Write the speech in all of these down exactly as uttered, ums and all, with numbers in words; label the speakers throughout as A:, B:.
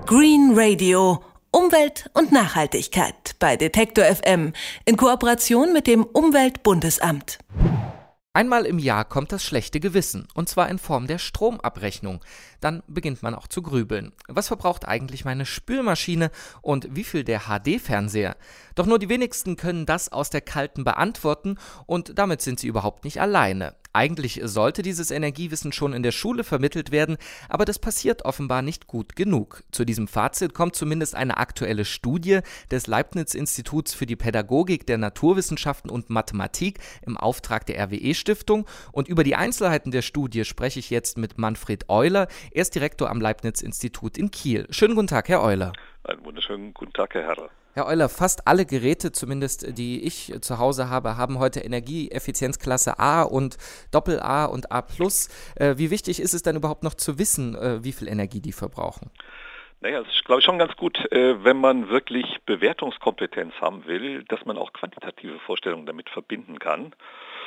A: Green Radio. Umwelt und Nachhaltigkeit bei Detektor F M in Kooperation mit dem Umweltbundesamt.
B: Einmal im Jahr kommt das schlechte Gewissen, und zwar in Form der Stromabrechnung. Dann beginnt man auch zu grübeln. Was verbraucht eigentlich meine Spülmaschine und wie viel der H D-Fernseher? Doch nur die wenigsten können das aus der Kalten beantworten, und damit sind sie überhaupt nicht alleine. Eigentlich sollte dieses Energiewissen schon in der Schule vermittelt werden, aber das passiert offenbar nicht gut genug. Zu diesem Fazit kommt zumindest eine aktuelle Studie des Leibniz-Instituts für die Pädagogik der Naturwissenschaften und Mathematik im Auftrag der R W E-Stiftung. Und über die Einzelheiten der Studie spreche ich jetzt mit Manfred Euler. Er ist Direktor am Leibniz-Institut in Kiel. Schönen guten Tag, Herr Euler.
C: Einen wunderschönen guten Tag, Herr Herr.
B: Herr Euler, fast alle Geräte, zumindest die ich zu Hause habe, haben heute Energieeffizienzklasse A und Doppel-A und A plus. Äh, wie wichtig ist es dann überhaupt noch zu wissen, äh, wie viel Energie die verbrauchen?
C: Naja, es ist, glaube ich, schon ganz gut, äh, wenn man wirklich Bewertungskompetenz haben will, dass man auch quantitative Vorstellungen damit verbinden kann.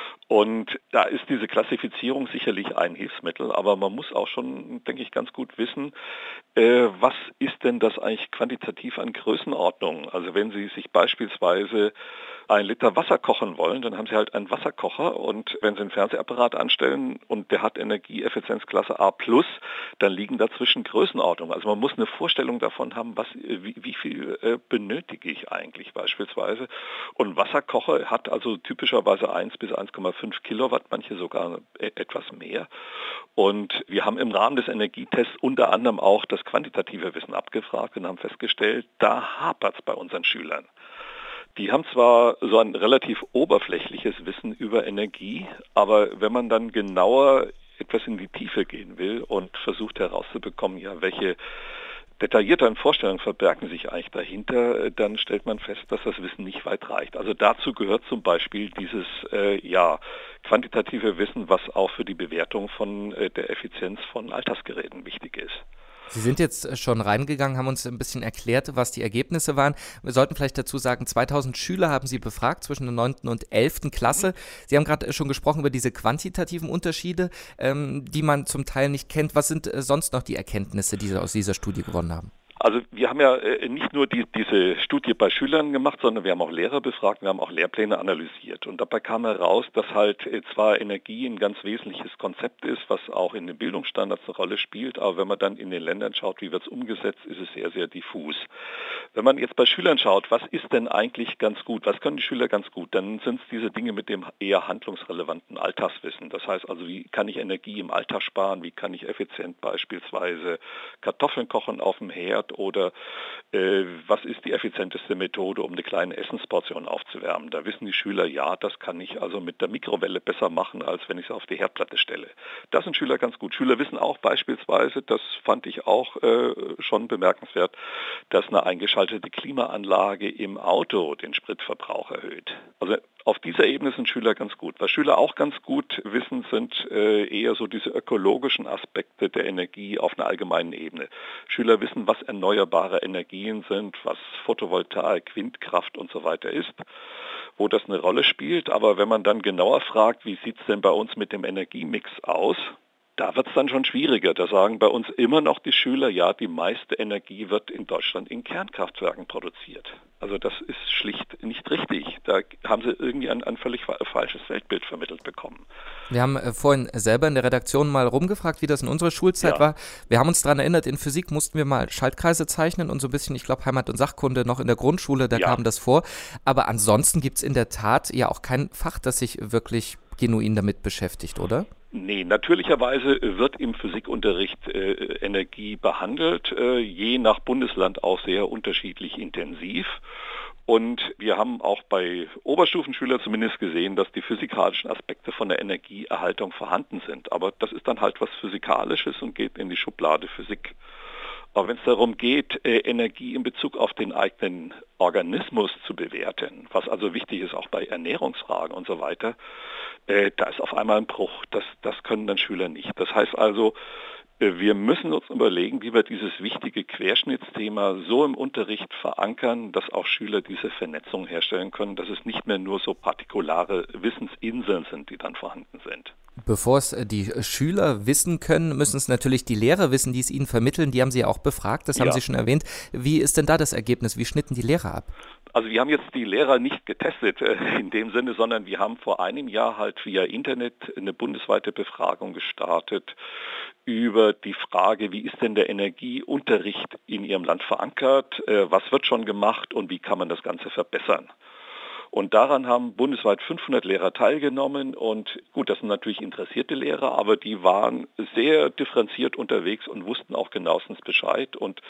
C: Und da ist diese Klassifizierung sicherlich ein Hilfsmittel, aber man muss auch schon, denke ich, ganz gut wissen, äh, was ist denn das eigentlich quantitativ an Größenordnung? Also wenn Sie sich beispielsweise ein Liter Wasser kochen wollen, dann haben Sie halt einen Wasserkocher, und wenn Sie einen Fernsehapparat anstellen und der hat Energieeffizienzklasse A plus, dann liegen dazwischen Größenordnungen. Also man muss eine Vorstellung davon haben, was, wie, wie viel äh, benötige ich eigentlich beispielsweise. Und ein Wasserkocher hat also typischerweise eins bis eins Komma fünf Kilowatt, manche sogar etwas mehr. Und wir haben im Rahmen des Energietests unter anderem auch das quantitative Wissen abgefragt und haben festgestellt, da hapert es bei unseren Schülern. Die haben zwar so ein relativ oberflächliches Wissen über Energie, aber wenn man dann genauer etwas in die Tiefe gehen will und versucht herauszubekommen, ja, welche detaillierteren Vorstellungen verbergen sich eigentlich dahinter, dann stellt man fest, dass das Wissen nicht weit reicht. Also dazu gehört zum Beispiel dieses äh, ja, quantitative Wissen, was auch für die Bewertung von äh, der Effizienz von Alltagsgeräten wichtig ist.
B: Sie sind jetzt schon reingegangen, haben uns ein bisschen erklärt, was die Ergebnisse waren. Wir sollten vielleicht dazu sagen, zweitausend Schüler haben Sie befragt zwischen der neunten und elften Klasse. Sie haben gerade schon gesprochen über diese quantitativen Unterschiede, ähm, die man zum Teil nicht kennt. Was sind äh, sonst noch die Erkenntnisse, die Sie aus dieser Studie gewonnen haben?
C: Also wir haben ja äh, nicht nur die, diese Studie bei Schülern gemacht, sondern wir haben auch Lehrer befragt, wir haben auch Lehrpläne analysiert. Und dabei kam heraus, dass halt äh, zwar Energie ein ganz wesentliches Konzept ist, was auch in den Bildungsstandards eine Rolle spielt, aber wenn man dann in den Ländern schaut, wie wird es umgesetzt, ist es sehr, sehr diffus. Wenn man jetzt bei Schülern schaut, was ist denn eigentlich ganz gut, was können die Schüler ganz gut, dann sind es diese Dinge mit dem eher handlungsrelevanten Alltagswissen. Das heißt also, wie kann ich Energie im Alltag sparen, wie kann ich effizient beispielsweise Kartoffeln kochen auf dem Herd, oder äh, was ist die effizienteste Methode, um eine kleine Essensportion aufzuwärmen. Da wissen die Schüler, ja, das kann ich also mit der Mikrowelle besser machen, als wenn ich es auf die Herdplatte stelle. Das sind Schüler ganz gut. Schüler wissen auch beispielsweise, das fand ich auch äh, schon bemerkenswert, dass eine eingeschaltete Klimaanlage im Auto den Spritverbrauch erhöht. Also auf dieser Ebene sind Schüler ganz gut. Was Schüler auch ganz gut wissen, sind äh, eher so diese ökologischen Aspekte der Energie auf einer allgemeinen Ebene. Schüler wissen, was erneuerbare Energien sind, was Photovoltaik, Windkraft und so weiter ist, wo das eine Rolle spielt. Aber wenn man dann genauer fragt, wie sieht es denn bei uns mit dem Energiemix aus, da wird es dann schon schwieriger. Da sagen bei uns immer noch die Schüler, ja, die meiste Energie wird in Deutschland in Kernkraftwerken produziert. Also das ist schlicht nicht richtig. Da haben sie irgendwie ein, ein völlig falsches Weltbild vermittelt bekommen.
B: Wir haben äh, vorhin selber in der Redaktion mal rumgefragt, wie das in unserer Schulzeit
C: Ja.
B: war. Wir haben uns daran erinnert, in Physik mussten wir mal Schaltkreise zeichnen und so ein bisschen, ich glaube, Heimat- und Sachkunde noch in der Grundschule, da
C: Ja.
B: kam das vor. Aber ansonsten gibt es in der Tat ja auch kein Fach, das sich wirklich genuin damit beschäftigt, oder?
C: Nee, natürlicherweise wird im Physikunterricht äh, Energie behandelt, äh, je nach Bundesland auch sehr unterschiedlich intensiv. Und wir haben auch bei Oberstufenschülern zumindest gesehen, dass die physikalischen Aspekte von der Energieerhaltung vorhanden sind. Aber das ist dann halt was Physikalisches und geht in die Schublade Physik. Aber wenn es darum geht, äh, Energie in Bezug auf den eigenen Organismus zu bewerten, was also wichtig ist auch bei Ernährungsfragen und so weiter, äh, da ist auf einmal ein Bruch. Das, das können dann Schüler nicht. Das heißt also, äh, wir müssen uns überlegen, wie wir dieses wichtige Querschnittsthema so im Unterricht verankern, dass auch Schüler diese Vernetzung herstellen können, dass es nicht mehr nur so partikulare Wissensinseln sind, die dann vorhanden sind.
B: Bevor es die Schüler wissen können, müssen es natürlich die Lehrer wissen, die es ihnen vermitteln. Die haben Sie ja auch befragt, das haben
C: Ja.
B: Sie schon erwähnt. Wie ist denn da das Ergebnis? Wie schnitten die Lehrer ab?
C: Also wir haben jetzt die Lehrer nicht getestet äh, in dem Sinne, sondern wir haben vor einem Jahr halt via Internet eine bundesweite Befragung gestartet über die Frage, wie ist denn der Energieunterricht in Ihrem Land verankert, äh, was wird schon gemacht und wie kann man das Ganze verbessern. Und daran haben bundesweit fünfhundert Lehrer teilgenommen und gut, das sind natürlich interessierte Lehrer, aber die waren sehr differenziert unterwegs und wussten auch genauestens Bescheid und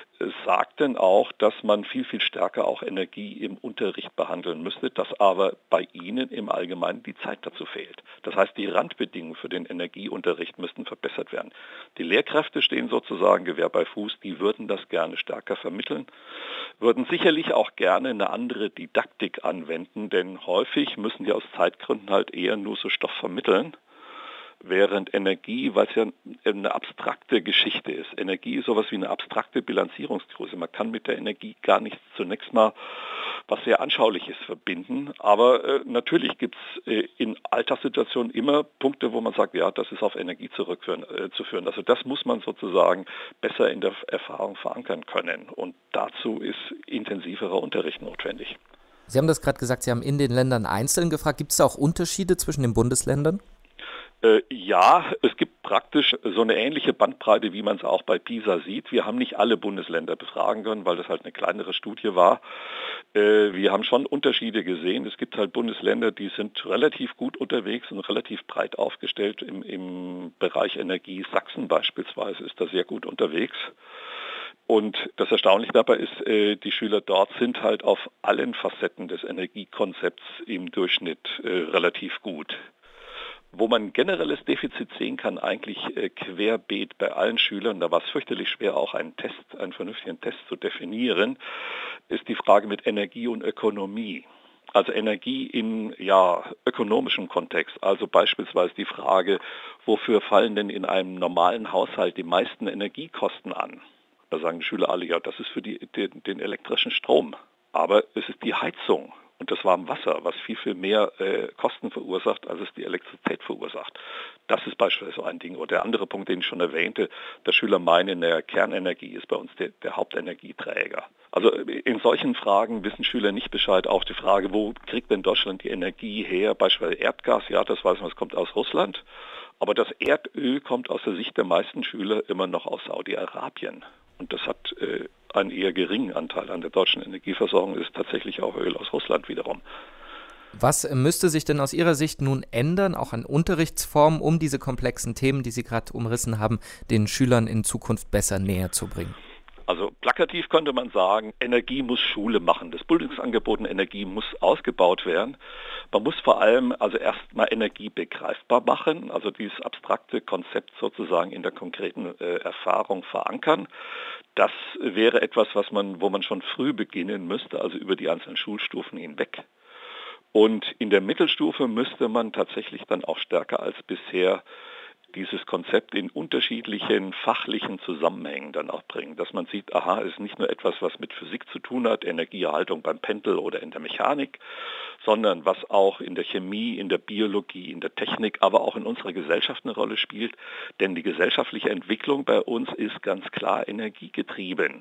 C: sagten auch, dass man viel, viel stärker auch Energie im Unterricht behandeln müsste, dass aber bei ihnen im Allgemeinen die Zeit dazu fehlt. Das heißt, die Randbedingungen für den Energieunterricht müssten verbessert werden. Die Lehrkräfte stehen sozusagen Gewehr bei Fuß, die würden das gerne stärker vermitteln, würden sicherlich auch gerne eine andere Didaktik anwenden, denn häufig müssen die aus Zeitgründen halt eher nur so Stoff vermitteln. Während Energie, weil es ja eine abstrakte Geschichte ist. Energie ist sowas wie eine abstrakte Bilanzierungsgröße. Man kann mit der Energie gar nichts zunächst mal, was sehr Anschauliches verbinden. Aber äh, natürlich gibt es äh, in Alltagssituationen immer Punkte, wo man sagt, ja, das ist auf Energie zurückführen, äh, zu führen. Also das muss man sozusagen besser in der Erfahrung verankern können. Und dazu ist intensiverer Unterricht notwendig.
B: Sie haben das gerade gesagt, Sie haben in den Ländern einzeln gefragt. Gibt es da auch Unterschiede zwischen den Bundesländern?
C: Äh, ja, es gibt praktisch so eine ähnliche Bandbreite, wie man es auch bei PISA sieht. Wir haben nicht alle Bundesländer befragen können, weil das halt eine kleinere Studie war. Äh, wir haben schon Unterschiede gesehen. Es gibt halt Bundesländer, die sind relativ gut unterwegs und relativ breit aufgestellt im, im Bereich Energie. Sachsen beispielsweise ist da sehr gut unterwegs. Und das Erstaunliche dabei ist, äh, die Schüler dort sind halt auf allen Facetten des Energiekonzepts im Durchschnitt äh, relativ gut. Wo man ein generelles Defizit sehen kann, eigentlich äh, querbeet bei allen Schülern, da war es fürchterlich schwer, auch einen Test, einen vernünftigen Test zu definieren, ist die Frage mit Energie und Ökonomie. Also Energie in ja, ökonomischem Kontext, also beispielsweise die Frage, wofür fallen denn in einem normalen Haushalt die meisten Energiekosten an? Da sagen die Schüler alle, ja, das ist für die, den, den elektrischen Strom, aber es ist die Heizung. Und das warme Wasser, was viel, viel mehr äh, Kosten verursacht, als es die Elektrizität verursacht. Das ist beispielsweise ein Ding. Oder der andere Punkt, den ich schon erwähnte, dass Schüler meinen, der Kernenergie ist bei uns der, der Hauptenergieträger. Also in solchen Fragen wissen Schüler nicht Bescheid. Auch die Frage, wo kriegt denn Deutschland die Energie her? Beispielsweise Erdgas, ja, das weiß man, es kommt aus Russland. Aber das Erdöl kommt aus der Sicht der meisten Schüler immer noch aus Saudi-Arabien. Und das hat äh, einen eher geringen Anteil an der deutschen Energieversorgung, ist tatsächlich auch Öl aus Russland wiederum.
B: Was müsste sich denn aus Ihrer Sicht nun ändern, auch an Unterrichtsformen, um diese komplexen Themen, die Sie gerade umrissen haben, den Schülern in Zukunft besser näher zu bringen?
C: Also plakativ könnte man sagen, Energie muss Schule machen. Das Bildungsangebot in Energie muss ausgebaut werden. Man muss vor allem also erstmal Energie begreifbar machen, also dieses abstrakte Konzept sozusagen in der konkreten äh, Erfahrung verankern. Das wäre etwas, was man, wo man schon früh beginnen müsste, also über die einzelnen Schulstufen hinweg. Und in der Mittelstufe müsste man tatsächlich dann auch stärker als bisher dieses Konzept in unterschiedlichen fachlichen Zusammenhängen dann auch bringen, dass man sieht, aha, es ist nicht nur etwas, was mit Physik zu tun hat, Energieerhaltung beim Pendel oder in der Mechanik, sondern was auch in der Chemie, in der Biologie, in der Technik, aber auch in unserer Gesellschaft eine Rolle spielt. Denn die gesellschaftliche Entwicklung bei uns ist ganz klar energiegetrieben.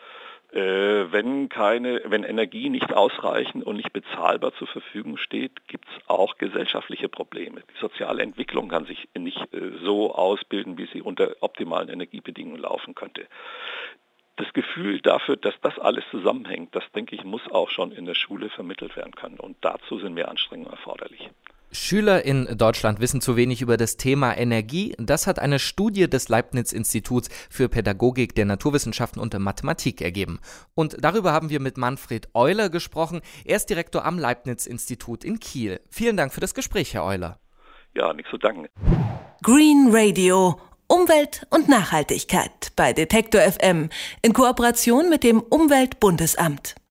C: Äh, wenn keine, wenn Energie nicht ausreichend und nicht bezahlbar zur Verfügung steht, gibt es auch gesellschaftliche Probleme. Die soziale Entwicklung kann sich nicht äh, so ausbilden, wie sie unter optimalen Energiebedingungen laufen könnte. Das Gefühl dafür, dass das alles zusammenhängt, das denke ich, muss auch schon in der Schule vermittelt werden können. Und dazu sind mehr Anstrengungen erforderlich.
B: Schüler in Deutschland wissen zu wenig über das Thema Energie. Das hat eine Studie des Leibniz-Instituts für Pädagogik der Naturwissenschaften und der Mathematik ergeben. Und darüber haben wir mit Manfred Euler gesprochen. Er ist Direktor am Leibniz-Institut in Kiel. Vielen Dank für das Gespräch, Herr Euler.
C: Ja, nichts zu danken.
A: Green Radio. Umwelt und Nachhaltigkeit bei Detektor F M in Kooperation mit dem Umweltbundesamt.